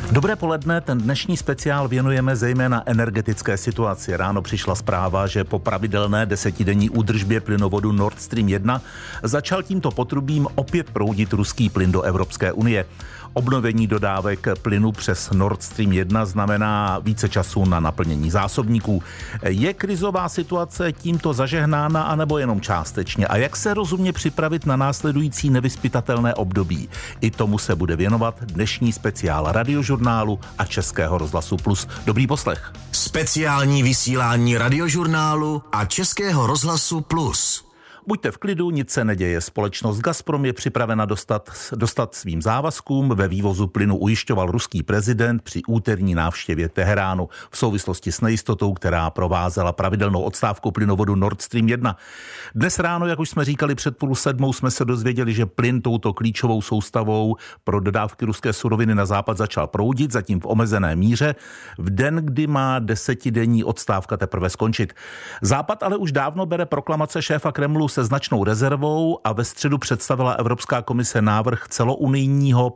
Dobré poledne, ten dnešní speciál věnujeme zejména energetické situaci. Ráno přišla zpráva, že po pravidelné 10denní údržbě plynovodu Nord Stream 1 začal tímto potrubím opět proudit ruský plyn do Evropské unie. Obnovení dodávek plynu přes Nord Stream 1 znamená více času na naplnění zásobníků. Je krizová situace tímto zažehnána anebo jenom částečně? A jak se rozumně připravit na následující nevyzpytatelné období? I tomu se bude věnovat dnešní speciál Radiožurnálu a Českého rozhlasu Plus. Dobrý poslech. Speciální vysílání Radiožurnálu a Českého rozhlasu Plus. Buďte v klidu, nic se neděje. Společnost Gazprom je připravena dostat svým závazkům. Ve vývozu plynu ujišťoval ruský prezident při úterní návštěvě Teheránu v souvislosti s nejistotou, která provázela pravidelnou odstávku plynovodu Nord Stream 1. Dnes ráno, jak už jsme říkali, před 6:30 jsme se dozvěděli, že plyn touto klíčovou soustavou pro dodávky ruské suroviny na západ začal proudit, zatím v omezené míře, v den, kdy má 10denní odstávka teprve skončit. Západ ale už dávno bere proklamace šéfa Kremlu se značnou rezervou a ve středu představila Evropská komise návrh celounijního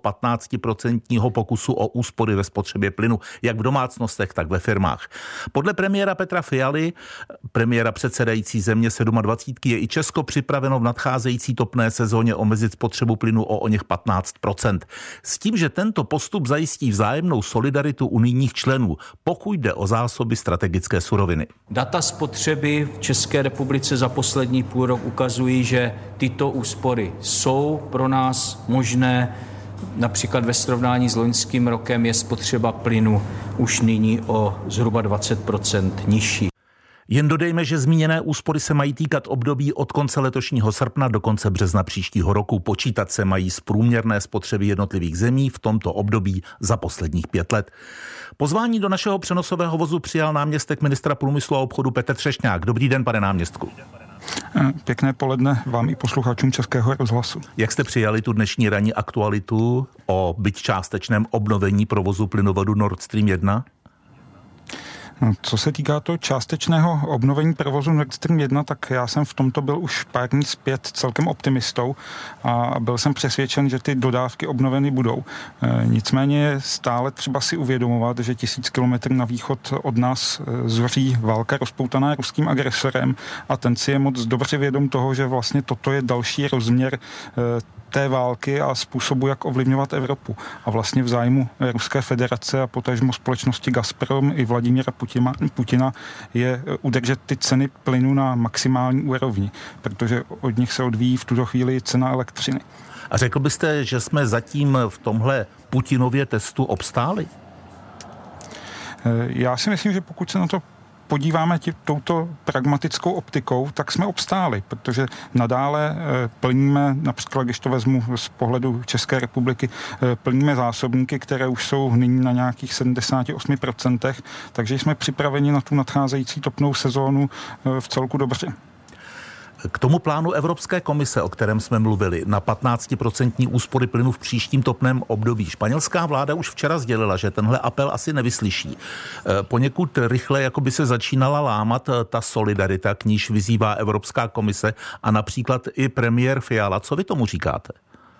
15% pokusu o úspory ve spotřebě plynu, jak v domácnostech, tak ve firmách. Podle premiéra Petra Fialy, premiéra předsedající země 27, je i Česko připraveno v nadcházející topné sezóně omezit spotřebu plynu o něch 15%. S tím, že tento postup zajistí vzájemnou solidaritu unijních členů, pokud jde o zásoby strategické suroviny. Data spotřeby v České republice za poslední půl rok ukazují, že tyto úspory jsou pro nás možné. Například ve srovnání s loňským rokem je spotřeba plynu už nyní o zhruba 20% nižší. Jen dodejme, že zmíněné úspory se mají týkat období od konce letošního srpna do konce března příštího roku. Počítat se mají z průměrné spotřeby jednotlivých zemí v tomto období za posledních 5 let. Pozvání do našeho přenosového vozu přijal náměstek ministra průmyslu a obchodu Petr Třešňák. Dobrý den, pane náměstku. Pěkné poledne vám i posluchačům Českého rozhlasu. Jak jste přijali tu dnešní ranní aktualitu o byť částečném obnovení provozu plynovodu Nord Stream 1? Co se týká toho částečného obnovení provozu Nord Stream 1, tak já jsem v tomto byl už pár dní zpět celkem optimistou a byl jsem přesvědčen, že ty dodávky obnoveny budou. Nicméně je stále třeba si uvědomovat, že 1000 kilometrů na východ od nás zoří válka rozpoutaná ruským agresorem a ten si je moc dobře vědom toho, že vlastně toto je další rozměr té války a způsobu, jak ovlivňovat Evropu. A vlastně v zájmu Ruské federace a potažmo společnosti Gazprom i Vladimíra Putina je udržet ty ceny plynu na maximální úrovni, protože od nich se odvíjí v tuto chvíli cena elektřiny. A řekl byste, že jsme zatím v tomhle Putinově testu obstáli? Já si myslím, že pokud se na to podíváme touto pragmatickou optikou, tak jsme obstáli, protože nadále plníme, například když to vezmu z pohledu České republiky, plníme zásobníky, které už jsou nyní na nějakých 78%, takže jsme připraveni na tu nadcházející topnou sezónu v celku dobře. K tomu plánu Evropské komise, o kterém jsme mluvili, na 15% úspory plynu v příštím topném období. Španělská vláda už včera sdělila, že tenhle apel asi nevyslyší. Poněkud rychle jako by se začínala lámat ta solidarita, k níž vyzývá Evropská komise a například i premiér Fiala. Co vy tomu říkáte?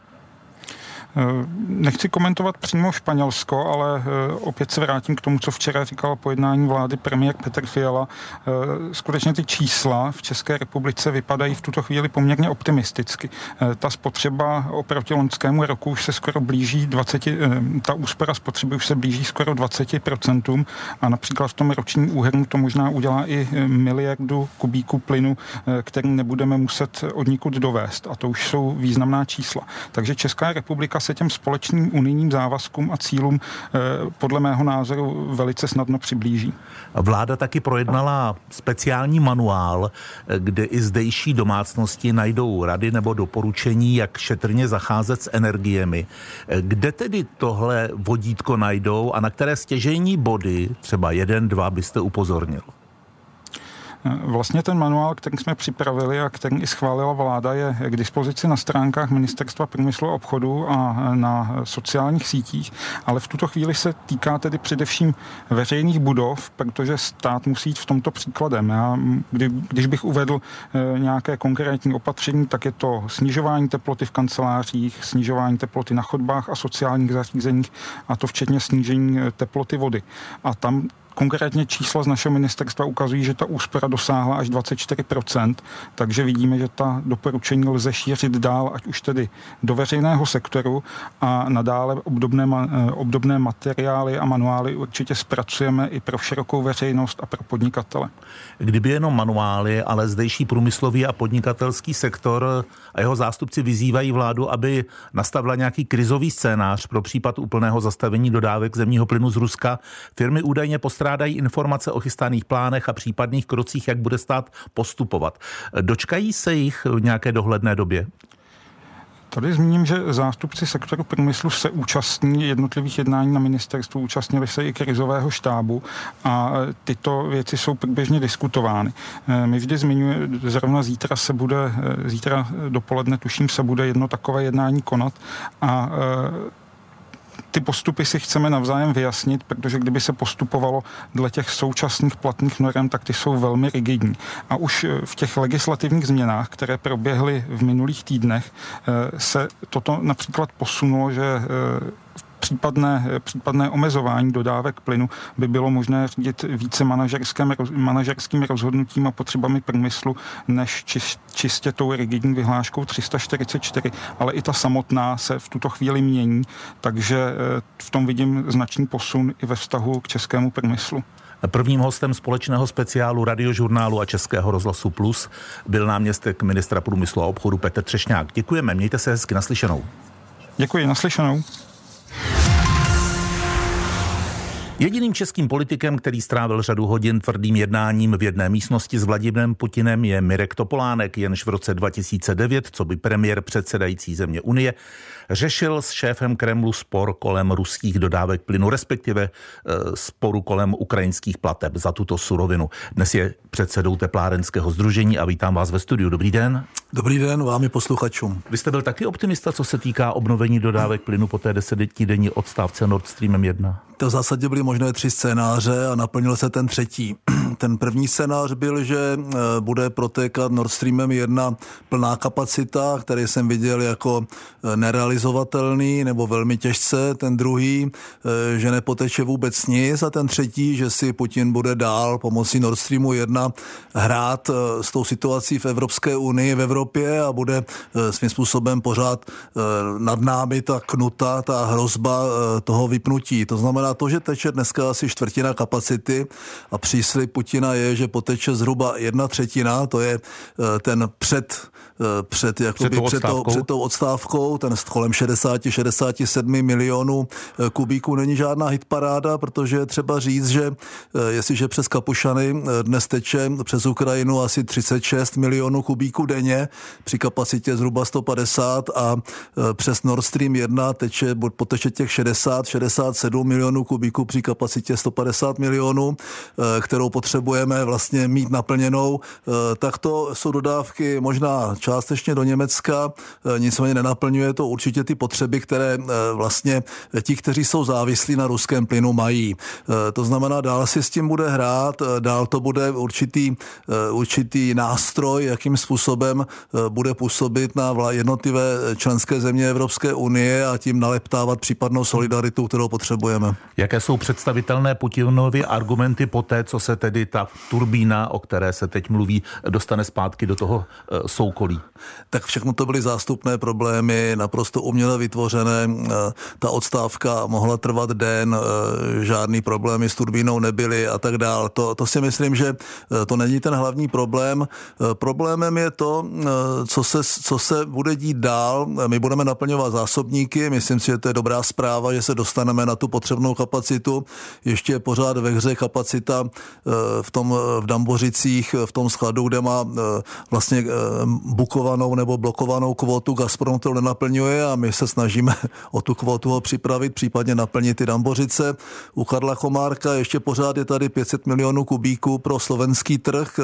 Nechci komentovat přímo Španělsko, ale opět se vrátím k tomu, co včera říkal po jednání vlády premiér Petr Fiala. Skutečně ty čísla v České republice vypadají v tuto chvíli poměrně optimisticky. Ta spotřeba oproti loňskému roku už se skoro blíží ta úspora spotřeby už se blíží skoro 20% a například v tom ročním úhrnu to možná udělá i 1 miliardu kubíků plynu, který nebudeme muset odnikud dovést. A to už jsou významná čísla. Takže Česká republika se těm společným unijním závazkům a cílům podle mého názoru velice snadno přiblíží. Vláda taky projednala speciální manuál, kde i zdejší domácnosti najdou rady nebo doporučení, jak šetrně zacházet s energiemi. Kde tedy tohle vodítko najdou a na které stěžejní body, třeba 1, 2, byste upozornil? Vlastně ten manuál, který jsme připravili a který i schválila vláda, je k dispozici na stránkách Ministerstva průmyslu a obchodu a na sociálních sítích, ale v tuto chvíli se týká tedy především veřejných budov, protože stát musí jít v tomto příkladem. Když bych uvedl nějaké konkrétní opatření, tak je to snižování teploty v kancelářích, snižování teploty na chodbách a sociálních zařízeních, a to včetně snížení teploty vody. A tam konkrétně čísla z našeho ministerstva ukazují, že ta úspora dosáhla až 24%, takže vidíme, že ta doporučení lze šířit dál, ať už tedy do veřejného sektoru, a nadále obdobné materiály a manuály určitě zpracujeme i pro širokou veřejnost a pro podnikatele. Kdyby jenom manuály, ale zdejší průmyslový a podnikatelský sektor a jeho zástupci vyzývají vládu, aby nastavila nějaký krizový scénář pro případ úplného zastavení dodávek zemního plynu z Ruska. Firmy údajně postrádají informace o chystaných plánech a případných krocích, jak bude stát postupovat. Dočkají se jich v nějaké dohledné době? Tady zmíním, že zástupci sektoru průmyslu se účastní jednotlivých jednání na ministerstvu, účastnili se i krizového štábu a tyto věci jsou průběžně diskutovány. My vždy zmiňujeme, zrovna zítra dopoledne, tuším, se bude jedno takové jednání konat a ty postupy si chceme navzájem vyjasnit, protože kdyby se postupovalo dle těch současných platných norem, tak ty jsou velmi rigidní. A už v těch legislativních změnách, které proběhly v minulých týdnech, se toto například posunulo, že případné omezování dodávek plynu by bylo možné řídit více manažerským rozhodnutím a potřebami průmyslu než čistě tou rigidní vyhláškou 344, ale i ta samotná se v tuto chvíli mění, takže v tom vidím značný posun i ve vztahu k českému průmyslu. Prvním hostem společného speciálu Radiožurnálu a Českého rozhlasu Plus byl náměstek ministra průmyslu a obchodu Petr Třešňák. Děkujeme, mějte se hezky, naslyšenou. Děkuji, naslyšenou. Jediným českým politikem, který strávil řadu hodin tvrdým jednáním v jedné místnosti s Vladimirem Putinem, je Mirek Topolánek, jenž v roce 2009, co by premiér předsedající země Unie, řešil s šéfem Kremlu spor kolem ruských dodávek plynu, respektive sporu kolem ukrajinských plateb za tuto surovinu. Dnes je předsedou teplárenského sdružení a vítám vás ve studiu. Dobrý den. Dobrý den vám i posluchačům. Vy jste byl taky optimista, co se týká obnovení dodávek plynu po té 10denní odstávce Nord Streamem 1? To v zásadě byly možné 3 scénáře a naplnil se ten třetí. Ten první scénář byl, že bude protékat Nord Streamem 1 plná kapacita, který jsem viděl jako nerealizovatelný nebo velmi těžce. Ten druhý, že nepoteče vůbec nic, a ten třetí, že si Putin bude dál pomocí Nord Streamu 1 hrát s tou situací v Evropské unii, v Evropě, a bude svým způsobem pořád nad námi ta knuta, ta hrozba toho vypnutí. To znamená to, že teče dneska asi 1/4 kapacity a příslib Putina je, že poteče zhruba 1/3, to je ten před tou odstávkou, ten kolem 67 milionů kubíků není žádná hitparáda, protože je třeba říct, že jestliže přes Kapušany dnes teče přes Ukrajinu asi 36 milionů kubíků denně při kapacitě zhruba 150 a přes Nord Stream 1 poteče těch 67 milionů kubíků při kapacitě 150 milionů, kterou potřebujeme vlastně mít naplněnou, tak to jsou dodávky možná částečně do Německa, nicméně nenaplňuje to určitě ty potřeby, které vlastně ti, kteří jsou závislí na ruském plynu, mají. To znamená, dál si s tím bude hrát, dál to bude určitý nástroj, jakým způsobem bude působit na jednotlivé členské země Evropské unie a tím naleptávat případnou solidaritu, kterou potřebujeme. Jaké jsou představitelné Putinovy argumenty po té, co se tedy ta turbína, o které se teď mluví, dostane zpátky do toho soukolí? Tak všechno to byly zástupné problémy, naprosto uměle vytvořené. Ta odstávka mohla trvat den, žádný problémy s turbínou nebyly a tak dál. To si myslím, že to není ten hlavní problém. Problémem je to, co se bude dít dál. My budeme naplňovat zásobníky, myslím si, že to je dobrá zpráva, že se dostaneme na tu potřebnou kapacitu. Ještě je pořád ve hře kapacita v Dambořicích, v tom skladu, kde má vlastně bukovanou nebo blokovanou kvotu Gazprom, to nenaplňuje a my se snažíme o tu kvotu ho připravit, případně naplnit ty Dambořice. U Karla Komárka ještě pořád je tady 500 milionů kubíků pro slovenský trh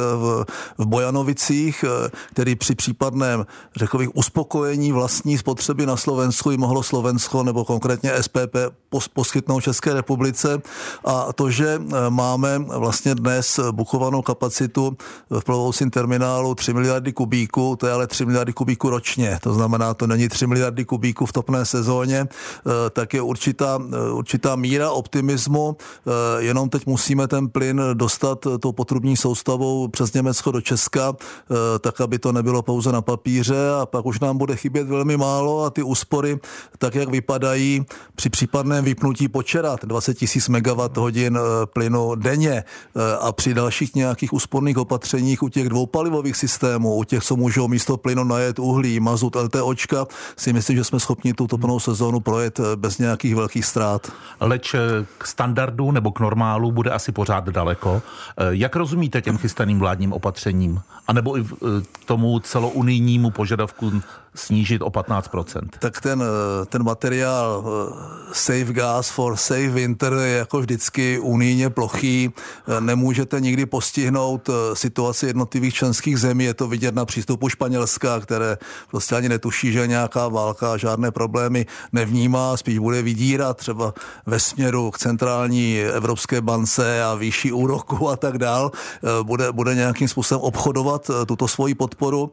v Bojanovicích, který při případném, řekl bych, uspokojení vlastní spotřeby na Slovensku i mohlo Slovensko nebo konkrétně SPP poskytnout České republice. A to, že máme vlastně dnes bukovanou kapacitu v plovoucím terminálu 3 miliardy kubíků, to je ale 3 miliardy kubíků ročně. To znamená, to není 3 miliardy kubíků v topné sezóně, tak je určitá míra optimismu. Jenom teď musíme ten plyn dostat tou potrubní soustavou přes Německo do Česka, tak, aby to nebylo pouze na papíře a pak už nám bude chybět velmi málo a ty úspory, tak jak vypadají při případném vypnutí počerat 20 000 MWh plynu denně a při dalších nějakých úsporných opatřeních u těch dvoupalivových systémů, u těch, co můžou místo plynu najet uhlí, mazut, LTOčka, si myslím, že jsme schopni tu topnou sezónu projet bez nějakých velkých ztrát. Leč k standardu nebo k normálu bude asi pořád daleko. Jak rozumíte těm chystaným vládním opatřením? A nebo i tomu celounijnímu požadavku snížit o 15%? Tak ten materiál Safe Gas for Safe Winter je jako vždycky unijně plochý. Nemůžete nikdy postihnout situaci jednotlivých členských zemí. Je to vidět na přístupu Španělska, které prostě ani netuší, že nějaká válka žádné problémy nevnímá, spíš bude vydírat třeba ve směru k centrální Evropské bance a výši úroku a tak dál. Bude nějakým způsobem obchodovat tuto svoji podporu.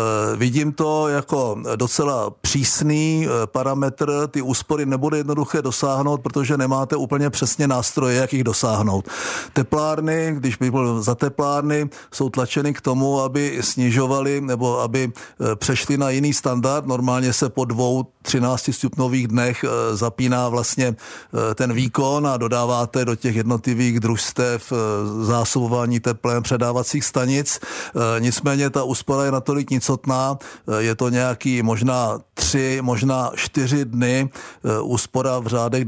Vidím to jako docela přísný parametr, ty úspory nebude jednoduché dosáhnout, protože nemáte úplně přesně nástroje, jak jich dosáhnout. Teplárny, když by byl za teplárny, jsou tlačeny k tomu, aby snižovali nebo aby přešli na jiný standard. Normálně se po 2 13stupňových dnech zapíná vlastně ten výkon a dodáváte do těch jednotlivých družstev zásobování teplem předávacích stanic. Nicméně ta úspora je natolik nicotná, je to nějaký možná 3, možná 4 dny, úspora v řádech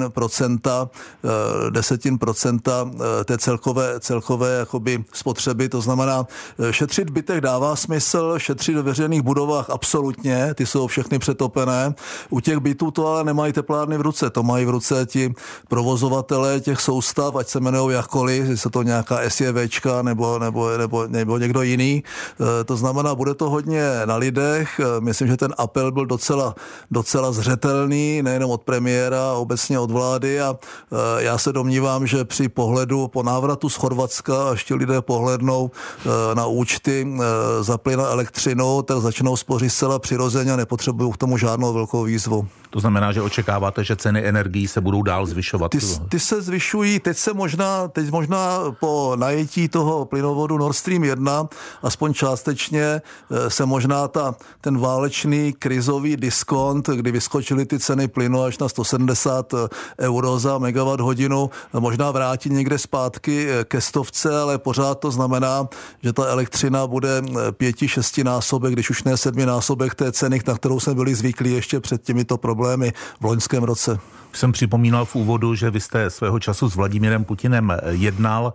desetin procenta té celkové jakoby spotřeby. To znamená, šetřit v bytech dává smysl, šetřit ve veřejných budovách absolutně, ty jsou všechny přetopené. U těch bytů to ale nemají teplárny v ruce, to mají v ruce ti provozovatelé těch soustav, ať se jmenují jakkoliv, jestli to nějaká SJVčka nebo někdo jiný. To znamená, bude to hodně na lidech. Myslím, že ten apel byl docela zřetelný, nejenom od premiéra, obecně od vlády a já se domnívám, že při pohledu po návratu z Chorvatska, až ti lidé pohlednou na účty za plyn a elektřinu, tak začnou spořit zcela přirozeně a nepotřebují k tomu žádnou velkou výzvu. To znamená, že očekáváte, že ceny energií se budou dál zvyšovat? Ty se zvyšují, teď možná po najetí toho plynovodu Nord Stream 1, aspoň částečně se možná ten válečný krizový diskont, kdy vyskočily ty ceny plynu až na 170 euro za megawatt hodinu, možná vrátí někde zpátky ke 100, ale pořád to znamená, že ta elektřina bude 5-6 násobek, když už ne 7 násobek té ceny, na kterou jsme byli zvyklí ještě před těmito problémy v loňském roce. Jsem připomínal v úvodu, že vy jste svého času s Vladimírem Putinem jednal.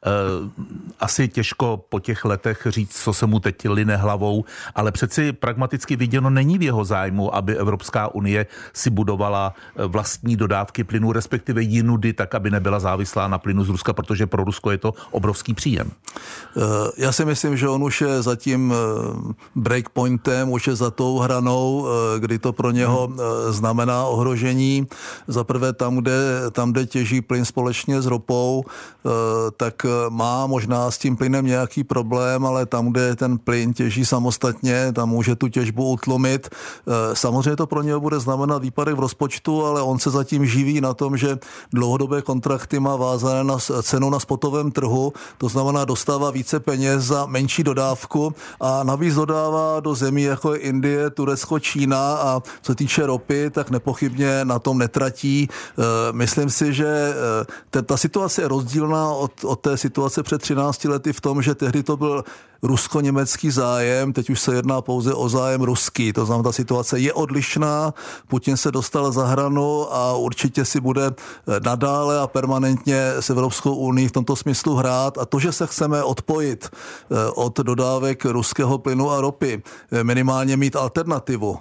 Asi těžko po těch letech říct, co se mu teď line hlavou, ale přeci pragmaticky viděno není v jeho zájmu, aby Evropská unie si budovala vlastní dodávky plynu, respektive jinudy, tak, aby nebyla závislá na plynu z Ruska, protože pro Rusko je to obrovský příjem. Já si myslím, že on už je za tím breakpointem, už je za tou hranou, kdy to pro něho znamená ohrožení. Zaprvé tam, kde těží plyn společně s ropou, tak má možná s tím plynem nějaký problém, ale tam, kde ten plyn těží samostatně, tam může tu těžbu utlumit. Samozřejmě to pro něho bude znamenat výpadek v rozpočtu, ale on se zatím živí na tom, že dlouhodobé kontrakty má vázané na cenu na spotovém trhu, to znamená dostává více peněz za menší dodávku a navíc dodává do zemí jako je Indie, Turecko, Čína a co týče ropy, tak nepochybně na tom netratí. Myslím si, že ta situace je rozdílná od té situace před 13 lety v tom, že tehdy to byl rusko-německý zájem, teď už se jedná pouze o zájem ruský, to znamená, ta situace je odlišná, Putin se dostal za hranu a určitě si bude nadále a permanentně s Evropskou unii v tomto smyslu hrát a to, že se chceme odpojit od dodávek ruského plynu a ropy, minimálně mít alternativu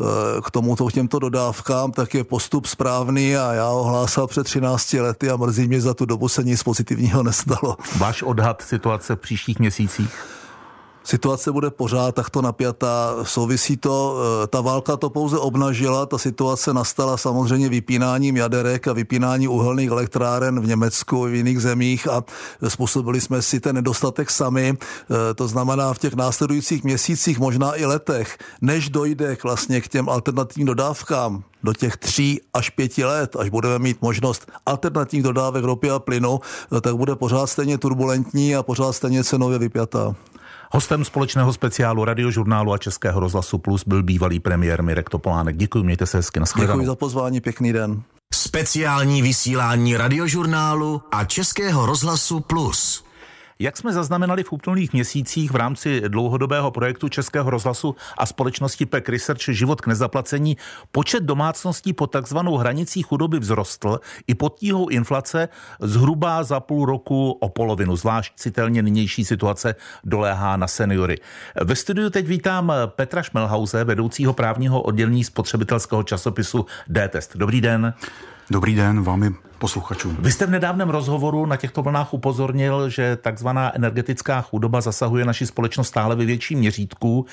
k těmto dodávkám, tak je postup správný a já ho hlásal před 13 lety a mrzí mě, za tu dobu se nic pozitivního nestalo. Váš odhad situace v příštích měsících? Situace bude pořád takto napjatá, souvisí to, ta válka to pouze obnažila, ta situace nastala samozřejmě vypínáním jaderek a vypínání uhelných elektráren v Německu, v jiných zemích a způsobili jsme si ten nedostatek sami, to znamená v těch následujících měsících, možná i letech, než dojde vlastně k těm alternativním dodávkám, do těch 3 až 5 let, až budeme mít možnost alternativních dodávek ropy a plynu, tak bude pořád stejně turbulentní a pořád stejně cenově vypjatá. Hostem společného speciálu Radiožurnálu a Českého rozhlasu Plus byl bývalý premiér Mirek Topolánek. Děkuji, mějte se hezky, nashledanou. Děkuji za pozvání, pěkný den. Speciální vysílání Radiožurnálu a Českého rozhlasu Plus. Jak jsme zaznamenali v uplynulých měsících v rámci dlouhodobého projektu Českého rozhlasu a společnosti PEC Research Život k nezaplacení, počet domácností pod takzvanou hranicí chudoby vzrostl i pod tíhou inflace zhruba za půl roku o polovinu. Zvlášť citelně nynější situace doléhá na seniory. Ve studiu teď vítám Petra Šmelhause, vedoucího právního oddělení spotřebitelského časopisu D-Test. Dobrý den. Dobrý den vám i posluchačům. Vy jste v nedávném rozhovoru na těchto vlnách upozornil, že takzvaná energetická chudoba zasahuje naši společnost stále ve větším měřítku.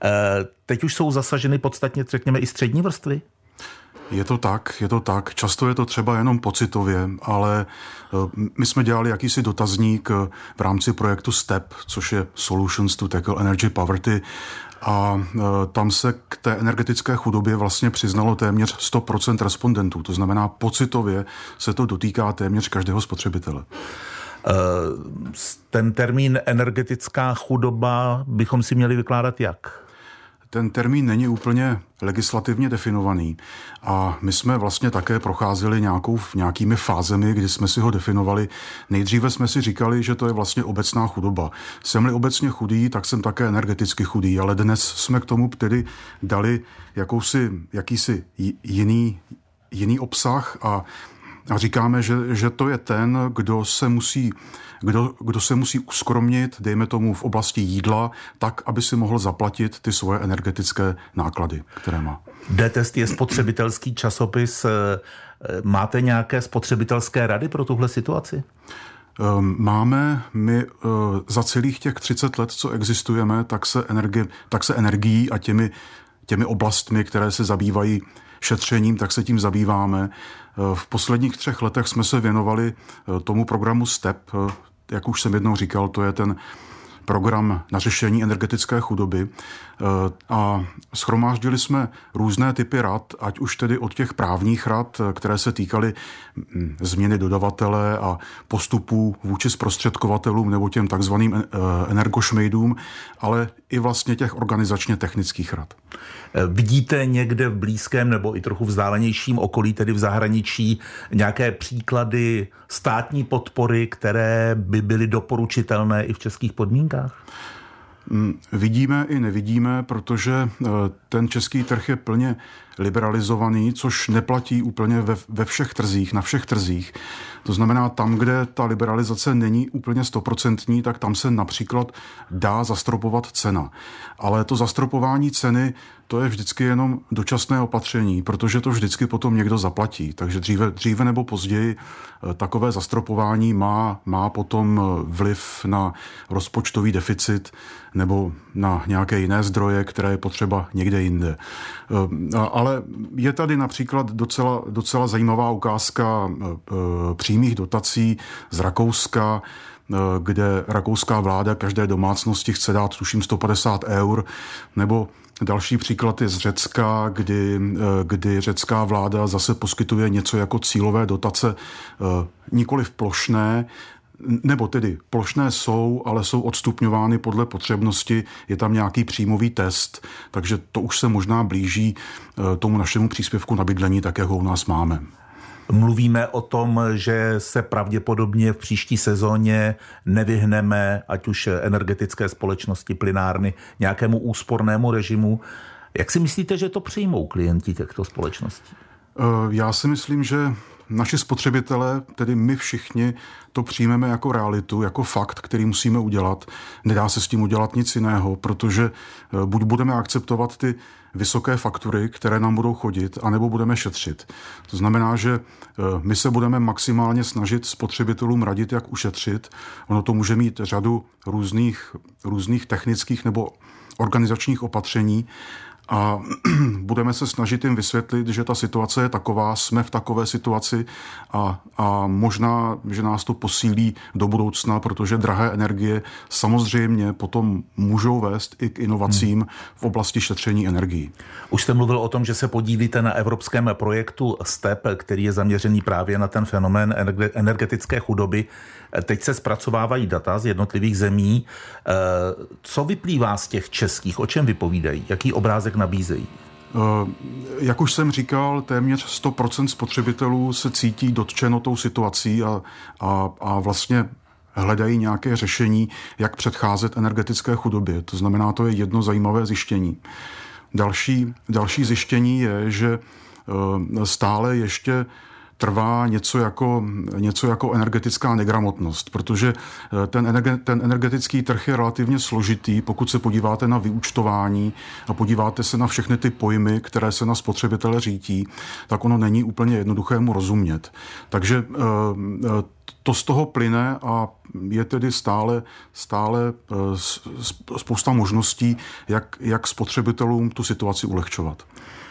Teď už jsou zasaženy podstatně, řekněme, i střední vrstvy? Je to tak. Často je to třeba jenom pocitově, ale my jsme dělali jakýsi dotazník v rámci projektu STEP, což je Solutions to Tackle Energy Poverty, a tam se k té energetické chudobě vlastně přiznalo téměř 100% respondentů. To znamená, pocitově se to dotýká téměř každého spotřebitele. Ten termín energetická chudoba bychom si měli vykládat jak? Ten termín není úplně legislativně definovaný a my jsme vlastně také procházeli nějakými fázemi, kdy jsme si ho definovali. Nejdříve jsme si říkali, že to je vlastně obecná chudoba. Jsem-li obecně chudý, tak jsem také energeticky chudý, ale dnes jsme k tomu tedy dali jakýsi jiný obsah a říkáme, že to je ten, kdo se musí uskromnit, dejme tomu v oblasti jídla, tak, aby si mohl zaplatit ty svoje energetické náklady, které má. D-Test je spotřebitelský časopis. Máte nějaké spotřebitelské rady pro tuhle situaci? Máme, my za celých těch 30 let, co existujeme, tak se energií a těmi oblastmi, které se zabývají šetřením, tak se tím zabýváme. V posledních 3 letech jsme se věnovali tomu programu STEP, jak už jsem jednou říkal, to je ten program na řešení energetické chudoby a shromáždili jsme různé typy rad, ať už tedy od těch právních rad, které se týkaly změny dodavatele a postupů vůči zprostředkovatelům nebo těm takzvaným energošmejdům, ale i vlastně těch organizačně technických rad. Vidíte někde v blízkém nebo i trochu vzdálenějším okolí, tedy v zahraničí, nějaké příklady státní podpory, které by byly doporučitelné i v českých podmínkách? Vidíme i nevidíme, protože ten český trh je plně liberalizovaný, což neplatí úplně ve všech trzích, na všech trzích. To znamená, tam, kde ta liberalizace není úplně 100%, tak tam se například dá zastropovat cena. Ale to zastropování ceny, to je vždycky jenom dočasné opatření, protože to vždycky potom někdo zaplatí. Takže dříve nebo později takové zastropování má potom vliv na rozpočtový deficit nebo na nějaké jiné zdroje, které je potřeba někde jinde. Ale je tady například docela zajímavá ukázka přímých dotací z Rakouska, kde rakouská vláda každé domácnosti chce dát tuším 150 €, nebo další příklad je z Řecka, kdy řecká vláda zase poskytuje něco jako cílové dotace, nikoliv plošné, nebo tedy plošné jsou, ale jsou odstupňovány podle potřebnosti, je tam nějaký příjmový test, takže to už se možná blíží tomu našemu příspěvku na bydlení, tak jak ho u nás máme. Mluvíme o tom, že se pravděpodobně v příští sezóně nevyhneme, ať už energetické společnosti, plynárny, nějakému úspornému režimu. Jak si myslíte, že to přijmou klienti těchto společností? Já si myslím, že naši spotřebitelé, tedy my všichni, to přijmeme jako realitu, jako fakt, který musíme udělat. Nedá se s tím udělat nic jiného, protože buď budeme akceptovat ty vysoké faktury, které nám budou chodit, anebo budeme šetřit. To znamená, že my se budeme maximálně snažit spotřebitelům radit, jak ušetřit. Ono to může mít řadu různých technických nebo organizačních opatření, a budeme se snažit jim vysvětlit, že ta situace je taková, jsme v takové situaci a možná, že nás to posílí do budoucna, protože drahé energie samozřejmě potom můžou vést i k inovacím v oblasti šetření energií. Už jste mluvil o tom, že se podílíte na evropském projektu STEP, který je zaměřený právě na ten fenomén energetické chudoby. Teď se zpracovávají data z jednotlivých zemí. Co vyplývá z těch českých? O čem vypovídají? Jaký obrázek nabízejí? Jak už jsem říkal, téměř 100% spotřebitelů se cítí dotčeno tou situací a vlastně hledají nějaké řešení, jak předcházet energetické chudobě. To znamená, to je jedno zajímavé zjištění. Další zjištění je, že stále ještě trvá něco jako energetická negramotnost, protože ten energetický trh je relativně složitý, pokud se podíváte na vyúčtování a podíváte se na všechny ty pojmy, které se na spotřebitele řítí, tak ono není úplně jednoduché mu rozumět. Takže to z toho plyne a je tedy stále spousta možností, jak spotřebitelům tu situaci ulehčovat.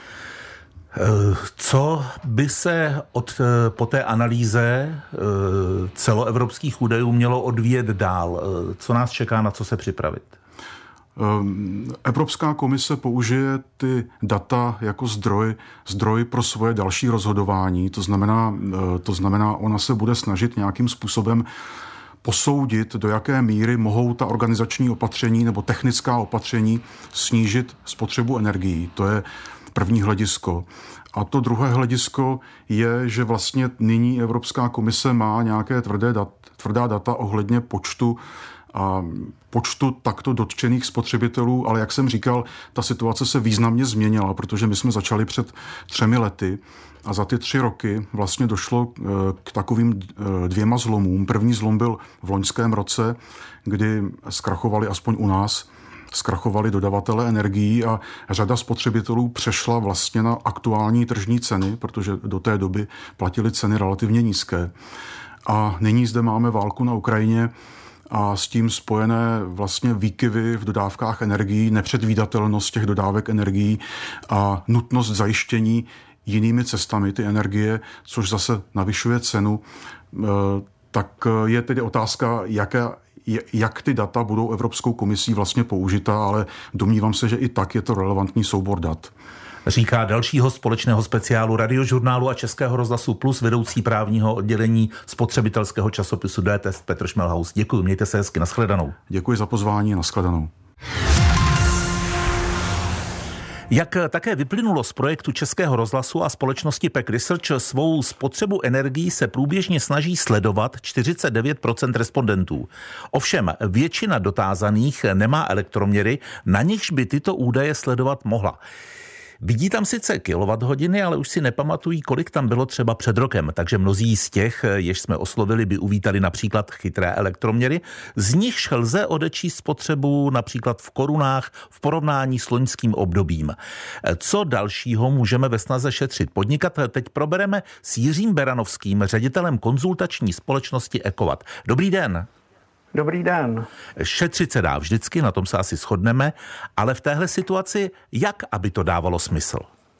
Co by se po té analýze celoevropských údajů mělo odvíjet dál? Co nás čeká, na co se připravit? Evropská komise použije ty data jako zdroj pro svoje další rozhodování. To znamená, ona se bude snažit nějakým způsobem posoudit, do jaké míry mohou ta organizační opatření nebo technická opatření snížit spotřebu energií. To je první hledisko. A to druhé hledisko je, že vlastně nyní Evropská komise má nějaké tvrdá data ohledně počtu takto dotčených spotřebitelů, ale jak jsem říkal, ta situace se významně změnila, protože my jsme začali před 3 lety a za ty 3 roky vlastně došlo k takovým 2 zlomům. První zlom byl v loňském roce, kdy zkrachovali aspoň u nás zkrachovali dodavatelé energií a řada spotřebitelů přešla vlastně na aktuální tržní ceny, protože do té doby platili ceny relativně nízké. A nyní zde máme válku na Ukrajině a s tím spojené vlastně výkyvy v dodávkách energií, nepředvídatelnost těch dodávek energií a nutnost zajištění jinými cestami ty energie, což zase navyšuje cenu. Tak je tedy otázka, jak ty data budou Evropskou komisí vlastně použita, ale domnívám se, že i tak je to relevantní soubor dat. Říká další host společného speciálu Radiožurnálu a Českého rozhlasu Plus, vedoucí právního oddělení spotřebitelského časopisu D-Test Petr Šmelhaus. Děkuji, mějte se hezky, nashledanou. Děkuji za pozvání, nashledanou. Jak také vyplynulo z projektu Českého rozhlasu a společnosti PEC Research, svou spotřebu energií se průběžně snaží sledovat 49% respondentů. Ovšem většina dotázaných nemá elektroměry, na nichž by tyto údaje sledovat mohla. Vidí tam sice kilowatthodiny, ale už si nepamatují, kolik tam bylo třeba před rokem, takže mnozí z těch, jež jsme oslovili, by uvítali například chytré elektroměry, z nichž lze odečíst spotřebu například v korunách v porovnání s loňským obdobím. Co dalšího můžeme ve snaze šetřit podnikat, teď probereme s Jiřím Beranovským, ředitelem konzultační společnosti Ekovat. Dobrý den. Dobrý den. Šetřit se dá vždycky, na tom se asi shodneme, ale v téhle situaci, jak aby to dávalo smysl?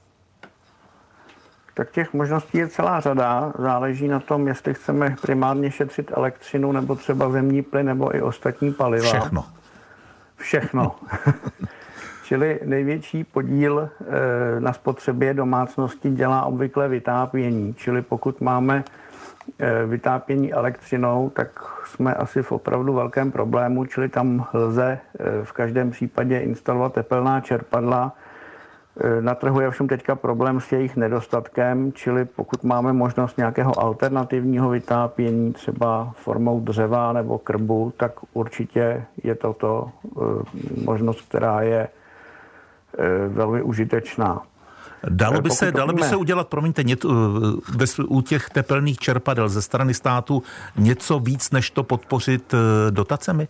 Tak těch možností je celá řada. Záleží na tom, jestli chceme primárně šetřit elektřinu, nebo třeba zemní plyn, nebo i ostatní paliva. Všechno. Čili největší podíl na spotřebě domácnosti dělá obvykle vytápění. Čili pokud máme vytápění elektřinou, tak jsme asi v opravdu velkém problému, čili tam lze v každém případě instalovat tepelná čerpadla Na trhu je všem teďka problém s jejich nedostatkem, čili pokud máme možnost nějakého alternativního vytápění, třeba formou dřeva nebo krbu, tak určitě je toto možnost, která je velmi užitečná. Dalo by se udělat, promiňte, u těch tepelných čerpadel ze strany státu něco víc, než to podpořit dotacemi?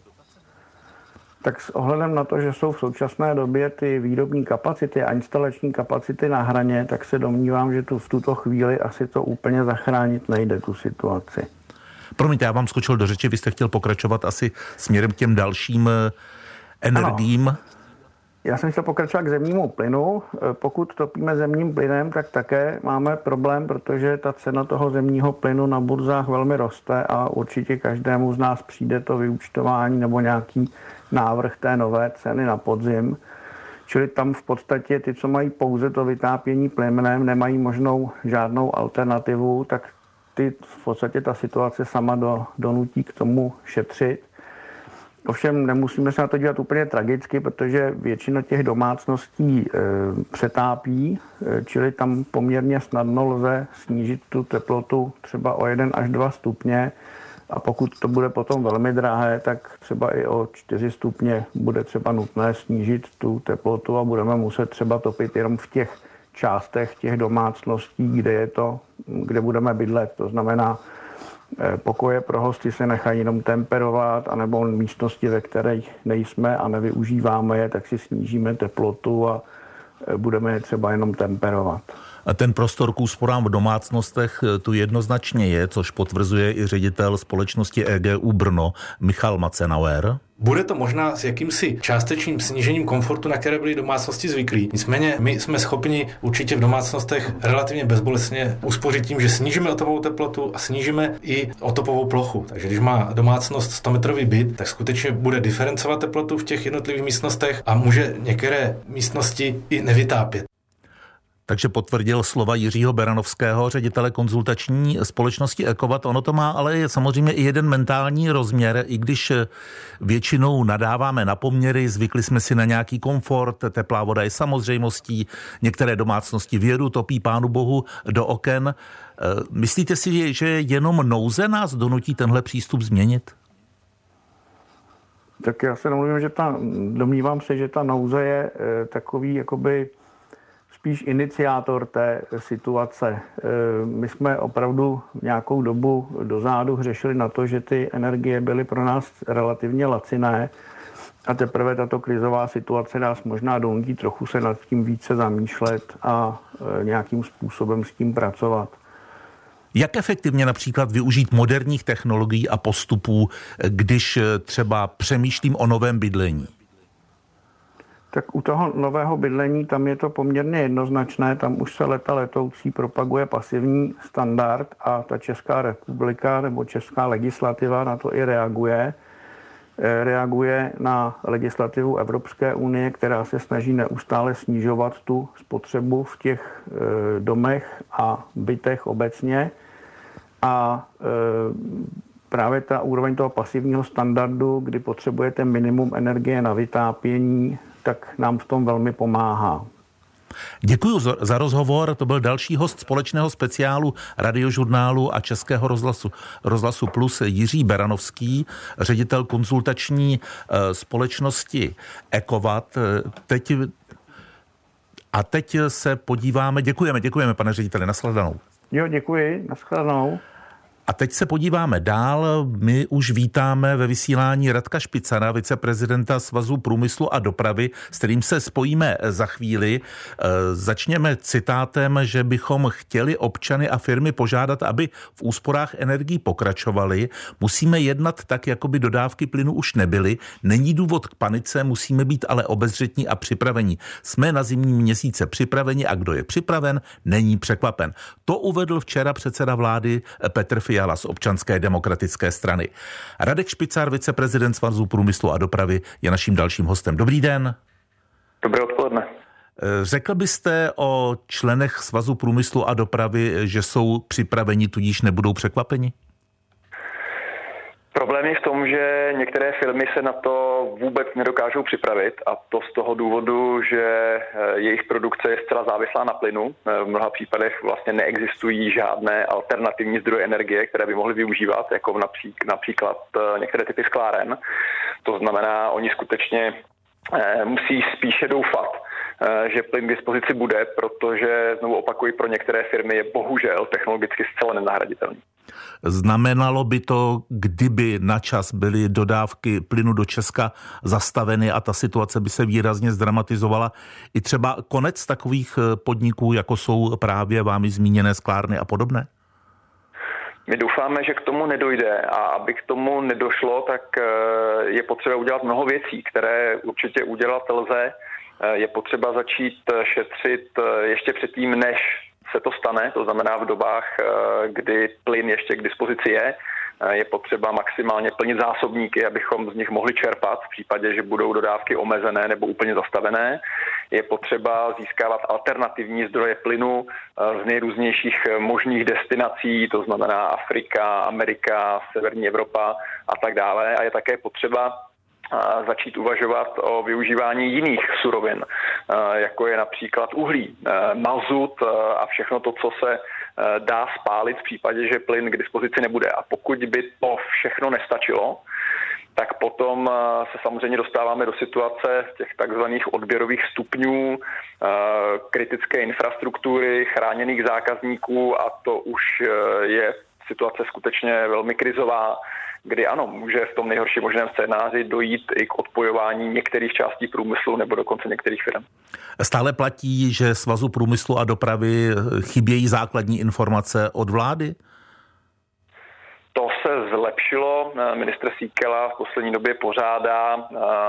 Tak s ohledem na to, že jsou v současné době ty výrobní kapacity a instalační kapacity na hraně, tak se domnívám, že v tuto chvíli asi to úplně zachránit nejde, tu situaci. Promiňte, já vám skočil do řeči, vy jste chtěl pokračovat asi směrem k těm dalším energiím. Ano. Já jsem chtěl pokračovat k zemnímu plynu. Pokud topíme zemním plynem, tak také máme problém, protože ta cena toho zemního plynu na burzách velmi roste a určitě každému z nás přijde to vyúčtování nebo nějaký návrh té nové ceny na podzim. Čili tam v podstatě ty, co mají pouze to vytápění plynem, nemají možnou žádnou alternativu, tak ty v podstatě ta situace sama donutí k tomu šetřit. Ovšem nemusíme se na to dívat úplně tragicky, protože většina těch domácností přetápí, čili tam poměrně snadno lze snížit tu teplotu třeba o 1 až 2 stupně a pokud to bude potom velmi drahé, tak třeba i o 4 stupně bude třeba nutné snížit tu teplotu a budeme muset třeba topit jenom v těch částech těch domácností, kde budeme bydlet. To znamená, pokoje pro hosty se nechají jenom temperovat, anebo místnosti, ve kterých nejsme a nevyužíváme je, tak si snížíme teplotu a budeme je třeba jenom temperovat. A ten prostor k úsporám v domácnostech tu jednoznačně je, což potvrzuje i ředitel společnosti EGU Brno Michal Macenauer. Bude to možná s jakýmsi částečným snížením komfortu, na které byly domácnosti zvyklí. Nicméně my jsme schopni určitě v domácnostech relativně bezbolestně uspořit tím, že snížíme otopovou teplotu a snížíme i otopovou plochu. Takže když má domácnost 100-metrový byt, tak skutečně bude diferencovat teplotu v těch jednotlivých místnostech a může některé místnosti i nevytápět. Takže potvrdil slova Jiřího Beranovského, ředitele konzultační společnosti Ekovat. Ono to má ale samozřejmě i jeden mentální rozměr, i když většinou nadáváme na poměry, zvykli jsme si na nějaký komfort, teplá voda je samozřejmostí, některé domácnosti věru topí pánu bohu do oken. Myslíte si, že jenom nouze nás donutí tenhle přístup změnit? Tak já se domnívám se, že ta nouze je takový jakoby spíš iniciátor té situace. My jsme opravdu nějakou dobu dozadu hřešili na to, že ty energie byly pro nás relativně laciné a teprve tato krizová situace nás možná donutí trochu se nad tím více zamýšlet a nějakým způsobem s tím pracovat. Jak efektivně například využít moderních technologií a postupů, když třeba přemýšlím o novém bydlení? Tak u toho nového bydlení tam je to poměrně jednoznačné, tam už se leta letoucí propaguje pasivní standard a ta Česká republika nebo česká legislativa na to i reaguje. Reaguje na legislativu Evropské unie, která se snaží neustále snižovat tu spotřebu v těch domech a bytech obecně a právě ta úroveň toho pasivního standardu, kdy potřebujete minimum energie na vytápění, tak nám v tom velmi pomáhá. Děkuji za rozhovor, to byl další host společného speciálu Radiožurnálu a Českého rozhlasu Plus Jiří Beranovský, ředitel konzultační společnosti Ekovat. Teď se podíváme, děkujeme pane řediteli, nashledanou. Jo, děkuji, nashledanou. A teď se podíváme dál. My už vítáme ve vysílání Radka Špicara, viceprezidenta Svazu průmyslu a dopravy, s kterým se spojíme za chvíli. Začněme citátem, že bychom chtěli občany a firmy požádat, aby v úsporách energií pokračovali. Musíme jednat tak, jako by dodávky plynu už nebyly. Není důvod k panice, musíme být ale obezřetní a připraveni. Jsme na zimní měsíce připraveni a kdo je připraven, není překvapen. To uvedl včera předseda vlády Petr Fiala z Občanské demokratické strany. Radek Špicar, viceprezident Svazu průmyslu a dopravy, je naším dalším hostem. Dobrý den. Dobré odpoledne. Řekl byste o členech Svazu průmyslu a dopravy, že jsou připraveni, tudíž nebudou překvapeni? Problém je v tom, že některé firmy se na to vůbec nedokážou připravit a to z toho důvodu, že jejich produkce je zcela závislá na plynu. V mnoha případech vlastně neexistují žádné alternativní zdroje energie, které by mohly využívat, jako například některé typy skláren. To znamená, oni skutečně musí spíše doufat, že plyn k dispozici bude, protože, znovu opakuji, pro některé firmy je bohužel technologicky zcela nenahraditelný. Znamenalo by to, kdyby na čas byly dodávky plynu do Česka zastaveny a ta situace by se výrazně zdramatizovala, i třeba konec takových podniků, jako jsou právě vámi zmíněné sklárny a podobné? My doufáme, že k tomu nedojde a aby k tomu nedošlo, tak je potřeba udělat mnoho věcí, které určitě udělat lze. Je potřeba začít šetřit ještě předtím, než se to stane, to znamená v dobách, kdy plyn ještě k dispozici je. Je potřeba maximálně plnit zásobníky, abychom z nich mohli čerpat v případě, že budou dodávky omezené nebo úplně zastavené. Je potřeba získávat alternativní zdroje plynu z nejrůznějších možných destinací, to znamená Afrika, Amerika, Severní Evropa a tak dále. A je také potřeba začít uvažovat o využívání jiných surovin, jako je například uhlí, mazut a všechno to, co se dá spálit v případě, že plyn k dispozici nebude. A pokud by to všechno nestačilo, tak potom se samozřejmě dostáváme do situace těch takzvaných odběrových stupňů, kritické infrastruktury, chráněných zákazníků a to už je situace skutečně velmi krizová, kdy ano, může v tom nejhorším možném scénáři dojít i k odpojování některých částí průmyslu nebo dokonce některých firm. Stále platí, že Svazu průmyslu a dopravy chybějí základní informace od vlády? To se zlepšilo. Ministr Síkela v poslední době pořádá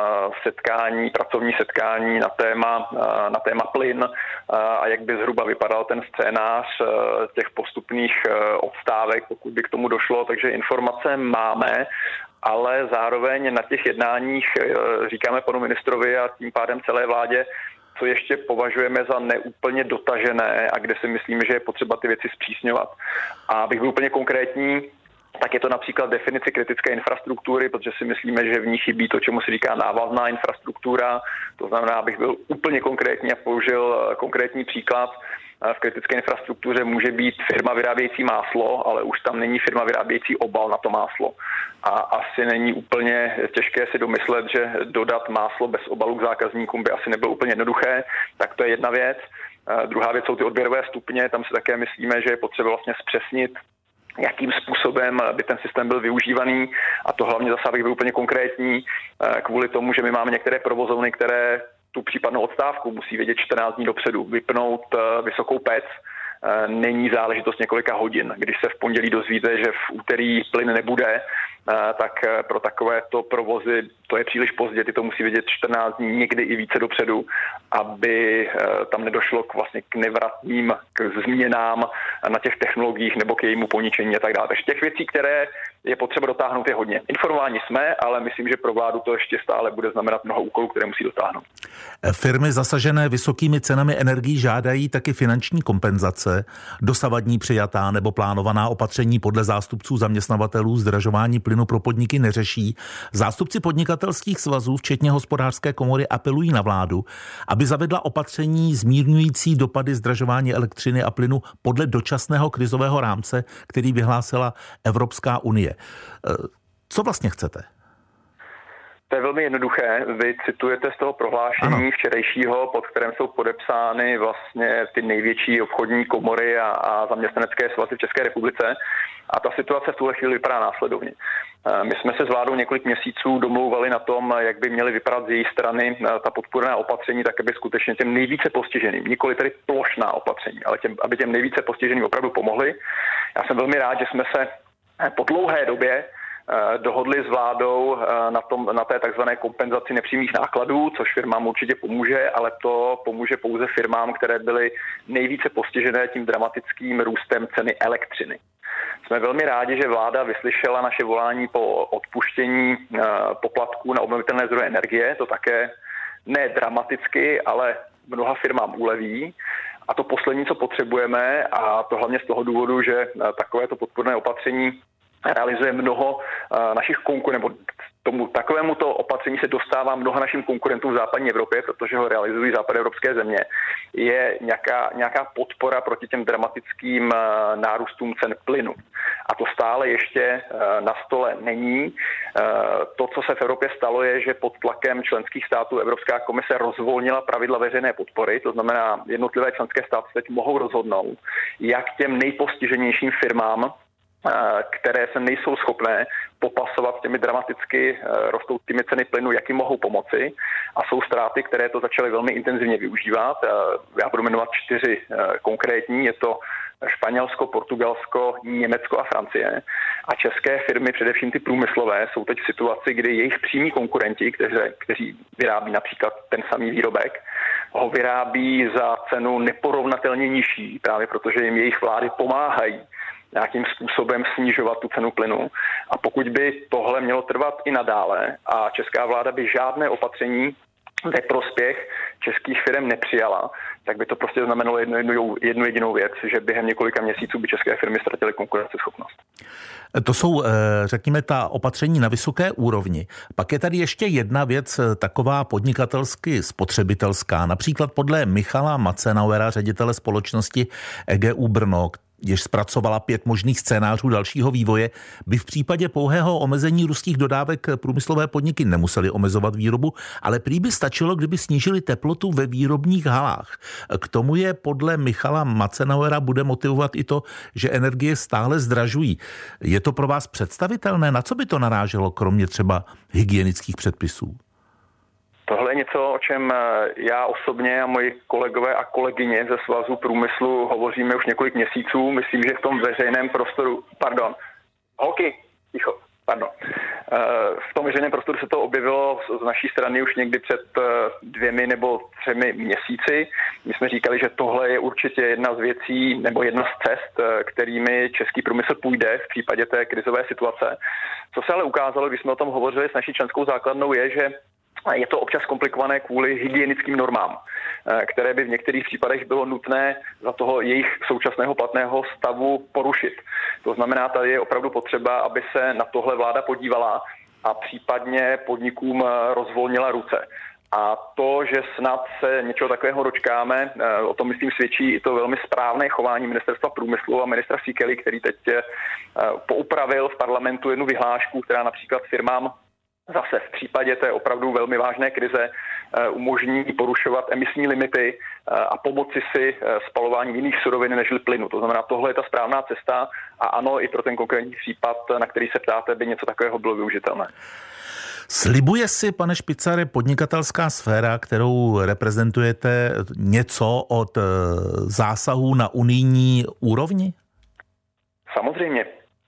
pracovní setkání na téma plyn a jak by zhruba vypadal ten scénář těch postupných odstávek, pokud by k tomu došlo. Takže informace máme, ale zároveň na těch jednáních říkáme panu ministrovi a tím pádem celé vládě, co ještě považujeme za neúplně dotažené a kde si myslíme, že je potřeba ty věci zpřísňovat. A abych byl úplně konkrétní, tak je to například definice kritické infrastruktury, protože si myslíme, že v ní chybí to, čemu se říká návazná infrastruktura. To znamená, abych byl úplně konkrétní a použil konkrétní příklad. V kritické infrastruktuře může být firma vyrábějící máslo, ale už tam není firma vyrábějící obal na to máslo. A asi není úplně těžké si domyslet, že dodat máslo bez obalu k zákazníkům by asi nebylo úplně jednoduché. Tak to je jedna věc. Druhá věc jsou ty odběrové stupně. Tam si také myslíme, že je potřeba vlastně zpřesnit, jakým způsobem by ten systém byl využívaný a to hlavně zase, abych byl úplně konkrétní, kvůli tomu, že my máme některé provozovny, které tu případnou odstávku musí vědět 14 dní dopředu, vypnout vysokou pec, není záležitost několika hodin. Když se v pondělí dozvíte, že v úterý plyn nebude, tak pro takovéto provozy to je příliš pozdě, ty to musí vědět 14 dní, někdy i více dopředu, aby tam nedošlo k nevratným změnám na těch technologiích nebo k jejímu poničení a tak dále. Takže těch věcí, které je potřeba dotáhnout, je hodně. Informováni jsme, ale myslím, že pro vládu to ještě stále bude znamenat mnoho úkolů, které musí dotáhnout. Firmy zasažené vysokými cenami energií žádají taky finanční kompenzace. Dosavadní přijatá nebo plánovaná opatření podle zástupců zaměstnavatelů zdražování plynu pro podniky neřeší. Zástupci podnikatelských svazů, včetně Hospodářské komory, apelují na vládu, aby zavedla opatření zmírňující dopady zdražování elektřiny a plynu podle dočasného krizového rámce, který vyhlásila Evropská unie. Co vlastně chcete? To je velmi jednoduché. Vy citujete z toho prohlášení včerejšího, pod kterém jsou podepsány vlastně ty největší obchodní komory a zaměstnanecké svazy v České republice. A ta situace v tuhle chvíli vypadá následovně. My jsme se s vládou několik měsíců domlouvali na tom, jak by měly vypadat z její strany ta podpůrná opatření, tak aby skutečně těm nejvíce postiženým, nikoli tedy plošná opatření, ale aby těm nejvíce postiženým opravdu pomohli. Já jsem velmi rád, že jsme se po dlouhé době dohodli s vládou na té takzvané kompenzaci nepřímých nákladů, což firmám určitě pomůže, ale to pomůže pouze firmám, které byly nejvíce postižené tím dramatickým růstem ceny elektřiny. Jsme velmi rádi, že vláda vyslyšela naše volání po odpuštění poplatků na obnovitelné zdroje energie. To také ne dramaticky, ale mnoha firmám uleví. A to poslední, co potřebujeme, a to hlavně z toho důvodu, že takovéto podpůrné opatření realizuje mnoho našich konkurentů, nebo takovémuto opatření se dostává mnoha našim konkurentům v západní Evropě, protože ho realizují západoevropské země, je nějaká podpora proti těm dramatickým nárůstům cen plynu. A to stále ještě na stole není. To, co se v Evropě stalo, je, že pod tlakem členských států Evropská komise rozvolnila pravidla veřejné podpory, to znamená, jednotlivé členské státy teď mohou rozhodnout, jak těm nejpostiženějším firmám, které se nejsou schopné popasovat těmi dramaticky rostoucími ceny plynu, jak jim mohou pomoci. A jsou státy, které to začaly velmi intenzivně využívat. Já budu jmenovat 4 konkrétní. Je to Španělsko, Portugalsko, Německo a Francie. A české firmy, především ty průmyslové, jsou teď v situaci, kdy jejich přímí konkurenti, kteří vyrábí například ten samý výrobek, ho vyrábí za cenu neporovnatelně nižší, právě protože jim jejich vlády pomáhají nějakým způsobem snižovat tu cenu plynu. A pokud by tohle mělo trvat i nadále a česká vláda by žádné opatření ve prospěch českých firm nepřijala, tak by to prostě znamenalo jednu jedinou věc, že během několika měsíců by české firmy ztratily konkurenceschopnost. To jsou, řekněme, ta opatření na vysoké úrovni. Pak je tady ještě jedna věc, taková podnikatelsky spotřebitelská. Například podle Michala Matzenauera, ředitele společnosti EGU Brno, jež zpracovala 5 možných scénářů dalšího vývoje, by v případě pouhého omezení ruských dodávek průmyslové podniky nemusely omezovat výrobu, ale prý by stačilo, kdyby snížili teplotu ve výrobních halách. K tomu je podle Michala Matzenauera bude motivovat i to, že energie stále zdražují. Je to pro vás představitelné? Na co by to naráželo, kromě třeba hygienických předpisů? Tohle je něco, o čem já osobně a moji kolegové a kolegyně ze Svazu průmyslu hovoříme už několik měsíců. Myslím, že v tom veřejném prostoru, v tom veřejném prostoru se to objevilo z naší strany už někdy před 2 nebo 3 měsíci. My jsme říkali, že tohle je určitě jedna z věcí nebo jedna z cest, kterými český průmysl půjde v případě té krizové situace. Co se ale ukázalo, když jsme o tom hovořili s naší členskou základnou, je, že je to občas komplikované kvůli hygienickým normám, které by v některých případech bylo nutné za toho jejich současného platného stavu porušit. To znamená, tady je opravdu potřeba, aby se na tohle vláda podívala a případně podnikům rozvolnila ruce. A to, že snad se něčeho takového dočkáme, o tom myslím svědčí i to velmi správné chování ministerstva průmyslu a ministra Síkely, který teď poupravil v parlamentu jednu vyhlášku, která například firmám zase v případě té opravdu velmi vážné krize umožní porušovat emisní limity a pomoci si spalováním jiných surovin než plynu. To znamená, tohle je ta správná cesta a ano, i pro ten konkrétní případ, na který se ptáte, by něco takového bylo využitelné. Slibuje si, pane Špicare, podnikatelská sféra, kterou reprezentujete, něco od zásahů na unijní úrovni? Samozřejmě.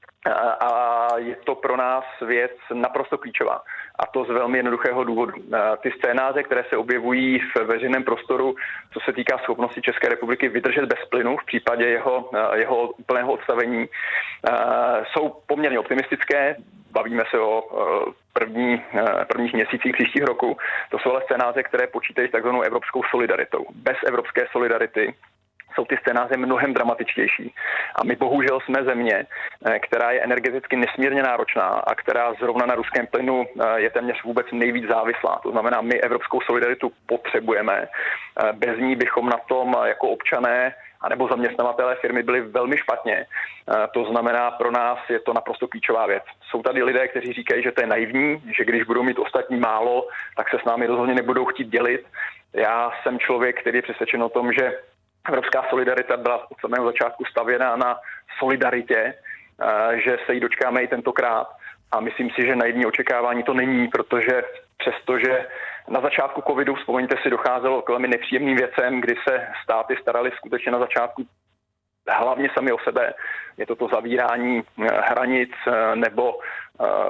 A je to pro nás věc naprosto klíčová. A to z velmi jednoduchého důvodu. Ty scénáře, které se objevují v veřejném prostoru, co se týká schopnosti České republiky vydržet bez plynu v případě jeho úplného odstavení, jsou poměrně optimistické. Bavíme se o prvních měsících příštích roku. To jsou ale scénáře, které počítají s takzvanou evropskou solidaritou. Bez evropské solidarity jsou ty scénáře mnohem dramatičtější. A my bohužel jsme země, která je energeticky nesmírně náročná a která zrovna na ruském plynu je téměř vůbec nejvíc závislá. To znamená, my evropskou solidaritu potřebujeme. Bez ní bychom na tom jako občané anebo zaměstnavatelé firmy byli velmi špatně. To znamená, pro nás je to naprosto klíčová věc. Jsou tady lidé, kteří říkají, že to je naivní, že když budou mít ostatní málo, tak se s námi rozhodně nebudou chtít dělit. Já jsem člověk, který je přesvědčen o tom, že evropská solidarita byla od samého začátku stavěná na solidaritě, že se jí dočkáme i tentokrát. A myslím si, že naivní očekávání to není, protože přestože na začátku covidu, vzpomeňte si, docházelo k velmi nepříjemným věcem, kdy se státy staraly skutečně na začátku hlavně sami o sebe. Je to zavírání hranic nebo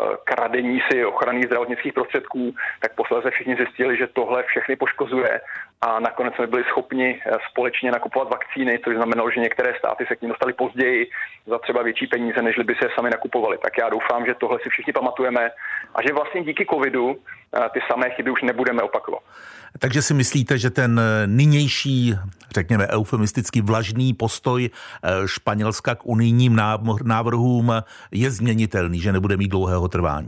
kradení si ochranných zdravotnických prostředků, tak posléze všichni zjistili, že tohle všechny poškozuje a nakonec jsme byli schopni společně nakupovat vakcíny, což znamenalo, že některé státy se k ním dostali později za třeba větší peníze, než by se sami nakupovali. Tak já doufám, že tohle si všichni pamatujeme a že vlastně díky covidu ty samé chyby už nebudeme opakovat. Takže si myslíte, že ten nynější, řekněme eufemisticky vlažný postoj Španělska k unijním návrhům je změnitelný, že nebude mít dlouhého trvání?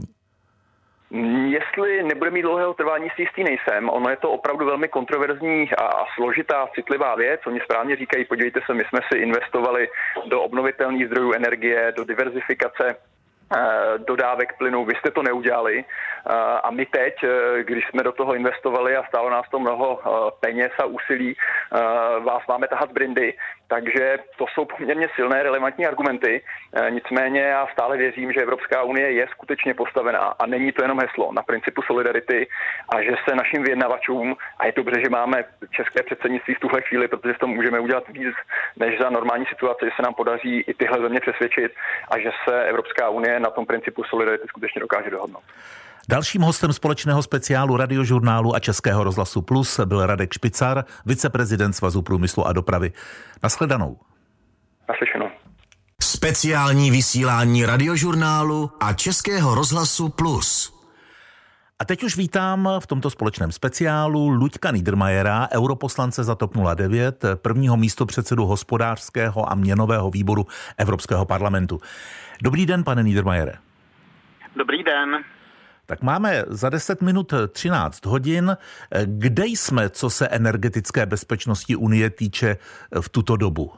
Jestli nebude mít dlouhého trvání, si jistý nejsem. Ono je to opravdu velmi kontroverzní a složitá, citlivá věc. Oni správně říkají, podívejte se, my jsme si investovali do obnovitelných zdrojů energie, do diverzifikace dodávek plynu, vy jste to neudělali a my teď, když jsme do toho investovali a stálo nás to mnoho peněz a úsilí, vás máme tahat z brindy, takže to jsou poměrně silné, relevantní argumenty. Nicméně já stále věřím, že Evropská unie je skutečně postavená a není to jenom heslo na principu solidarity a že se našim vyjednavačům, a je dobře, že máme české předsednictví v tuhle chvíli, protože v tom můžeme udělat víc než za normální situace, že se nám podaří i tyhle země přesvědčit a že se Evropská unie na tom principu solidarity skutečně dokáže dohodnout. Dalším hostem společného speciálu Radiožurnálu a Českého rozhlasu Plus byl Radek Špicar, viceprezident Svazu průmyslu a dopravy. Nashledanou. Naslyšenou. Speciální vysílání Radiožurnálu a Českého rozhlasu Plus. A teď už vítám v tomto společném speciálu Luďka Niedermayera, europoslance za TOP 09, prvního místopředsedu hospodářského a měnového výboru Evropského parlamentu. Dobrý den, pane Niedermayere. Dobrý den. Tak máme za 10 minut 13 hodin. Kde jsme, co se energetické bezpečnosti Unie týče v tuto dobu?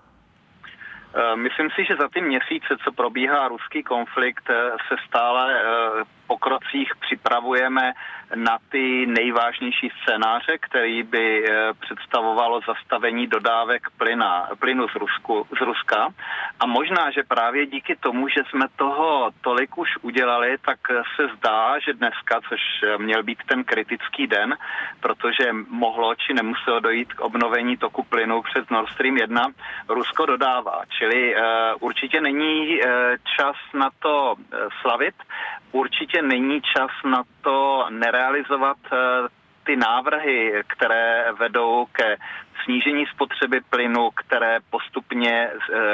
Myslím si, že za ty měsíce, co probíhá ruský konflikt, se stále po krocích připravujeme na ty nejvážnější scénáře, který by představovalo zastavení dodávek plynu z Ruska. A možná, že právě díky tomu, že jsme toho tolik už udělali, tak se zdá, že dneska, což měl být ten kritický den, protože mohlo či nemuselo dojít k obnovení toku plynu přes Nord Stream 1, Rusko dodává. Čili určitě není čas na to slavit, určitě není čas na to nerealizovat ty návrhy, které vedou ke snížení spotřeby plynu, které postupně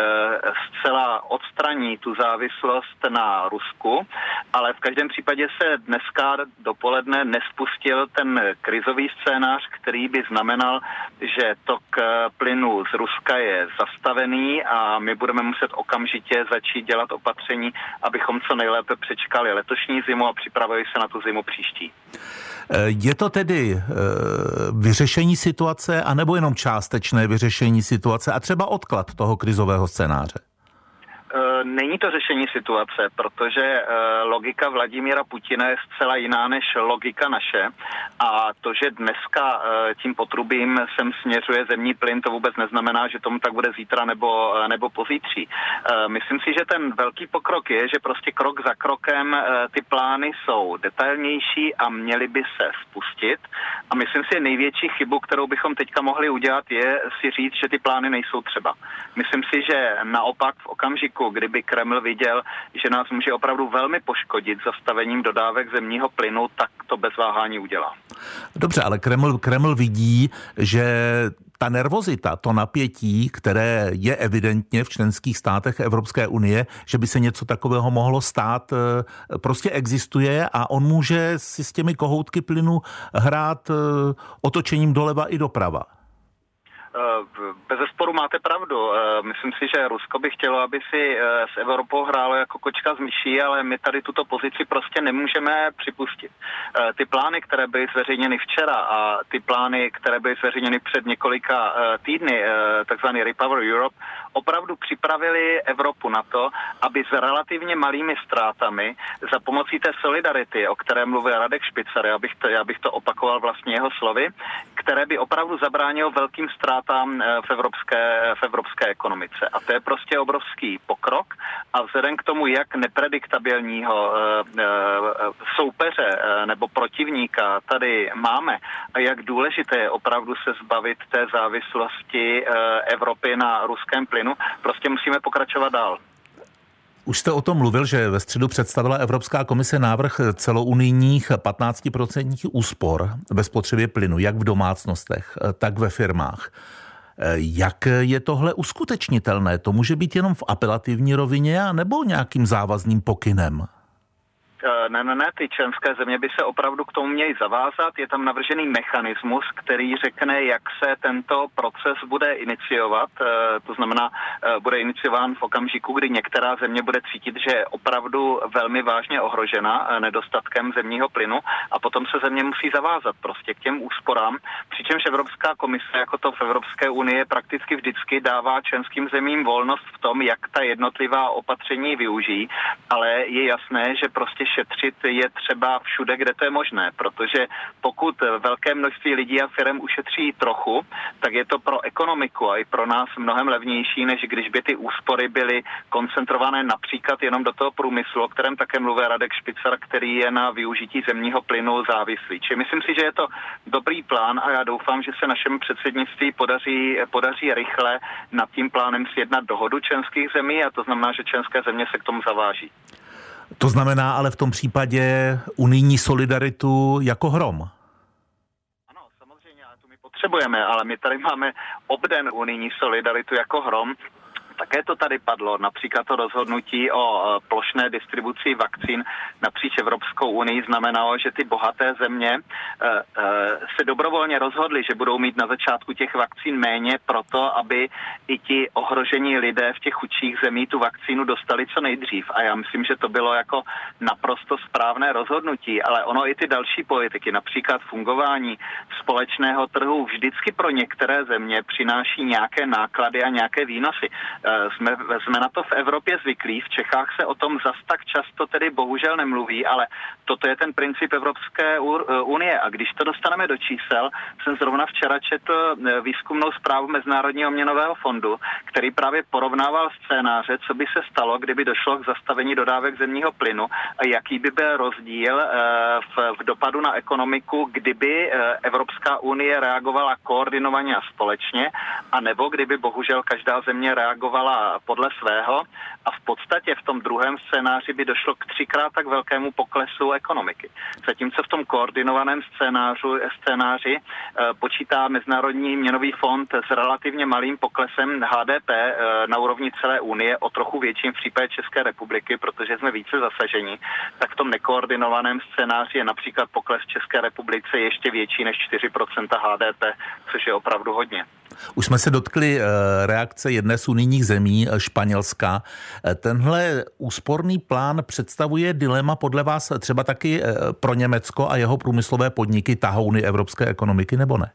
zcela odstraní tu závislost na Rusku, ale v každém případě se dneska dopoledne nespustil ten krizový scénář, který by znamenal, že tok plynu z Ruska je zastavený a my budeme muset okamžitě začít dělat opatření, abychom co nejlépe přečkali letošní zimu a připravili se na tu zimu příští. Je to tedy vyřešení situace, anebo jenom částečné vyřešení situace a třeba odklad toho krizového scénáře? Není to řešení situace, protože logika Vladimíra Putina je zcela jiná než logika naše a to, že dneska tím potrubím sem směřuje zemní plyn, to vůbec neznamená, že tomu tak bude zítra nebo pozítří. Myslím si, že ten velký pokrok je, že prostě krok za krokem ty plány jsou detailnější a měly by se spustit a myslím si, že největší chybu, kterou bychom teďka mohli udělat, je si říct, že ty plány nejsou třeba. Myslím si, že naopak v okamžiku, kdyby Kreml viděl, že nás může opravdu velmi poškodit zastavením dodávek zemního plynu, tak to bez váhání udělá. Dobře, ale Kreml vidí, že ta nervozita, to napětí, které je evidentně v členských státech Evropské unie, že by se něco takového mohlo stát, prostě existuje a on může si s těmi kohoutky plynu hrát otočením doleva i doprava. Bezesporu máte pravdu. Myslím si, že Rusko by chtělo, aby si s Evropou hrálo jako kočka s myší, ale my tady tuto pozici prostě nemůžeme připustit. Ty plány, které byly zveřejněny včera a ty plány, které byly zveřejněny před několika týdny, takzvaný Repower Europe, opravdu připravili Evropu na to, aby s relativně malými ztrátami za pomocí té solidarity, o které mluvil Radek Špicar, já bych to opakoval vlastně jeho slovy, které by opravdu zabránilo velkým ztrátám v evropské ekonomice. A to je prostě obrovský pokrok a vzhledem k tomu, jak neprediktabilního soupeře nebo protivníka tady máme a jak důležité je opravdu se zbavit té závislosti Evropy na ruském plynu, prostě musíme pokračovat dál. Už jste o tom mluvil, že ve středu představila Evropská komise návrh celounijních 15% úspor ve spotřebě plynu, jak v domácnostech, tak ve firmách. Jak je tohle uskutečnitelné? To může být jenom v apelativní rovině nebo nějakým závazným pokynem? Ne, ty členské země by se opravdu k tomu měly zavázat. Je tam navržený mechanismus, který řekne, jak se tento proces bude iniciovat. To znamená, bude iniciován v okamžiku, kdy některá země bude cítit, že je opravdu velmi vážně ohrožena nedostatkem zemního plynu a potom se země musí zavázat prostě k těm úsporám. Přičemž Evropská komise, jako to v Evropské unii, prakticky vždycky dává členským zemím volnost v tom, jak ta jednotlivá opatření využijí, ale je jasné, že prostě šetřit je třeba všude, kde to je možné, protože pokud velké množství lidí a firem ušetří trochu, tak je to pro ekonomiku a i pro nás mnohem levnější, než když by ty úspory byly koncentrované například jenom do toho průmyslu, o kterém také mluví Radek Špicar, který je na využití zemního plynu závislý. Či myslím si, že je to dobrý plán a já doufám, že se našemu předsednictví podaří rychle nad tím plánem sjednat dohodu členských zemí a to znamená, že členské země se k tomu zaváží. To znamená ale v tom případě unijní solidaritu jako hrom. Ano, samozřejmě, ale to my potřebujeme, ale my tady máme obden unijní solidaritu jako hrom. Také to tady padlo, například to rozhodnutí o plošné distribuci vakcín napříč Evropskou unii znamenalo, že ty bohaté země se dobrovolně rozhodly, že budou mít na začátku těch vakcín méně proto, aby i ti ohrožení lidé v těch chudších zemí tu vakcínu dostali co nejdřív. A já myslím, že to bylo jako naprosto správné rozhodnutí, ale ono i ty další politiky, například fungování společného trhu vždycky pro některé země přináší nějaké náklady a nějaké výnosy. Jsme na to v Evropě zvyklí, v Čechách se o tom zas tak často tedy bohužel nemluví, ale toto je ten princip Evropské unie a když to dostaneme do čísel, jsem zrovna včera četl výzkumnou zprávu Mezinárodního měnového fondu, který právě porovnával scénáře, co by se stalo, kdyby došlo k zastavení dodávek zemního plynu a jaký by byl rozdíl v dopadu na ekonomiku, kdyby Evropská unie reagovala koordinovaně a společně, anebo kdyby bohužel každá země reagovala podle svého a v podstatě v tom druhém scénáři by došlo k 3krát tak velkému poklesu ekonomiky. Zatímco v tom koordinovaném scénáři počítá Mezinárodní měnový fond s relativně malým poklesem HDP na úrovni celé Unie, o trochu větším v případě České republiky, protože jsme více zasaženi, tak v tom nekoordinovaném scénáři je například pokles České republice ještě větší než 4% HDP, což je opravdu hodně. Už jsme se dotkli reakce jedné z unijních zemí, Španělska. Tenhle úsporný plán představuje dilema podle vás třeba taky pro Německo a jeho průmyslové podniky, tahouny evropské ekonomiky, nebo ne?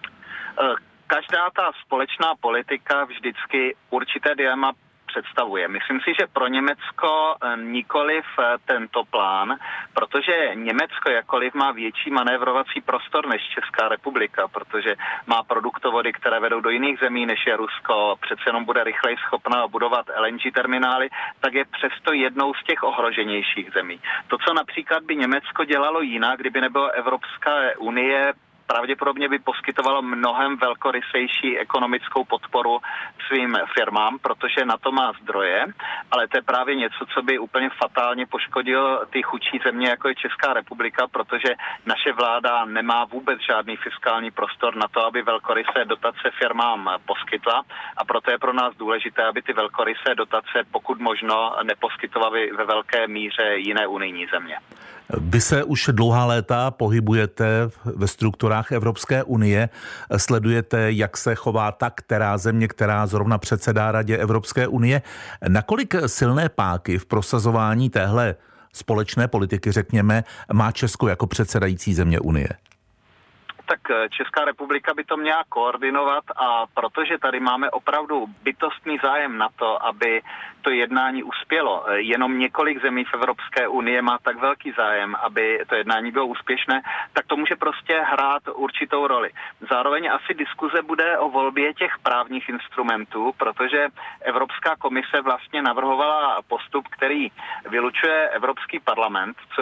Každá ta společná politika vždycky určité dilema představuje. Myslím si, že pro Německo nikoliv tento plán, protože Německo jakkoliv má větší manévrovací prostor než Česká republika, protože má produktovody, které vedou do jiných zemí než je Rusko, přece jenom bude rychleji schopna budovat LNG terminály, tak je přesto jednou z těch ohroženějších zemí. To, co například by Německo dělalo jinak, kdyby nebylo Evropská unie, pravděpodobně by poskytovalo mnohem velkorysejší ekonomickou podporu svým firmám, protože na to má zdroje, ale to je právě něco, co by úplně fatálně poškodilo ty chudší země, jako je Česká republika, protože naše vláda nemá vůbec žádný fiskální prostor na to, aby velkorysé dotace firmám poskytla a proto je pro nás důležité, aby ty velkorysé dotace pokud možno neposkytovaly ve velké míře jiné unijní země. Vy se už dlouhá léta pohybujete ve strukturách Evropské unie, sledujete, jak se chová ta která země, která zrovna předsedá Radě Evropské unie. Nakolik silné páky v prosazování téhle společné politiky, řekněme, má Česko jako předsedající země unie? Tak Česká republika by to měla koordinovat a protože tady máme opravdu bytostný zájem na to, aby to jednání uspělo. Jenom několik zemí v Evropské unii má tak velký zájem, aby to jednání bylo úspěšné, tak to může prostě hrát určitou roli. Zároveň asi diskuze bude o volbě těch právních instrumentů, protože Evropská komise vlastně navrhovala postup, který vylučuje Evropský parlament, což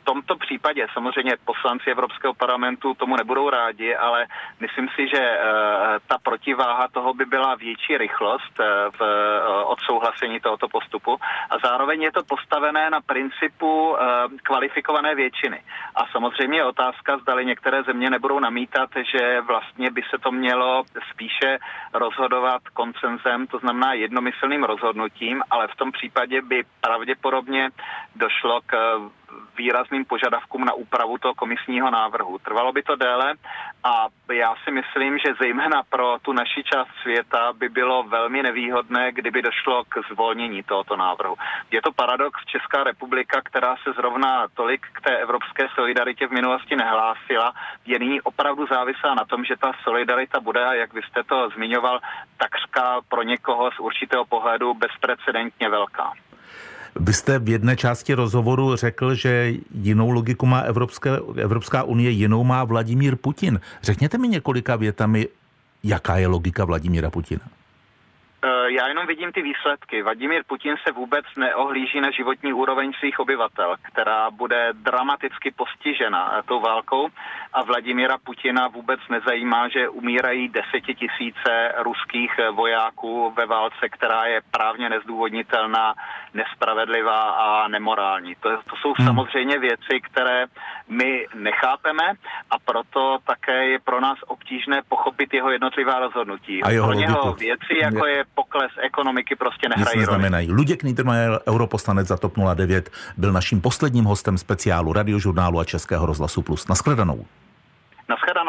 tomto případě samozřejmě poslanci Evropského parlamentu tomu nebudou rádi, ale myslím si, že ta protiváha toho by byla větší rychlost v odsouhlasení tohoto postupu a zároveň je to postavené na principu kvalifikované většiny. A samozřejmě je otázka, zdali některé země nebudou namítat, že vlastně by se to mělo spíše rozhodovat konsenzem, to znamená jednomyslným rozhodnutím, ale v tom případě by pravděpodobně došlo k výrazným požadavkům na úpravu toho komisního návrhu. Trvalo by to déle a já si myslím, že zejména pro tu naši část světa by bylo velmi nevýhodné, kdyby došlo k zvolnění tohoto návrhu. Je to paradox, Česká republika, která se zrovna tolik k té evropské solidaritě v minulosti nehlásila, je nyní opravdu závislá na tom, že ta solidarita bude, a jak vy jste to zmiňoval, takřka pro někoho z určitého pohledu bezprecedentně velká. Vy jste v jedné části rozhovoru řekl, že jinou logiku má Evropská unie, jinou má Vladimír Putin. Řekněte mi několika větami, jaká je logika Vladimíra Putina. Já jenom vidím ty výsledky. Vladimír Putin se vůbec neohlíží na životní úroveň svých obyvatel, která bude dramaticky postižena tou válkou a Vladimíra Putina vůbec nezajímá, že umírají 10 000 ruských vojáků ve válce, která je právně nezdůvodnitelná, nespravedlivá a nemorální. To jsou samozřejmě věci, které my nechápeme a proto také je pro nás obtížné pochopit jeho jednotlivá rozhodnutí. A jeho pro něho logiku. Věci, jako je pokles ekonomiky, prostě nehrají roli. Luděk Niedermayer, europoslanec za TOP 09, byl naším posledním hostem speciálu Radiožurnálu a Českého rozhlasu Plus. Naschledanou. Naschledanou.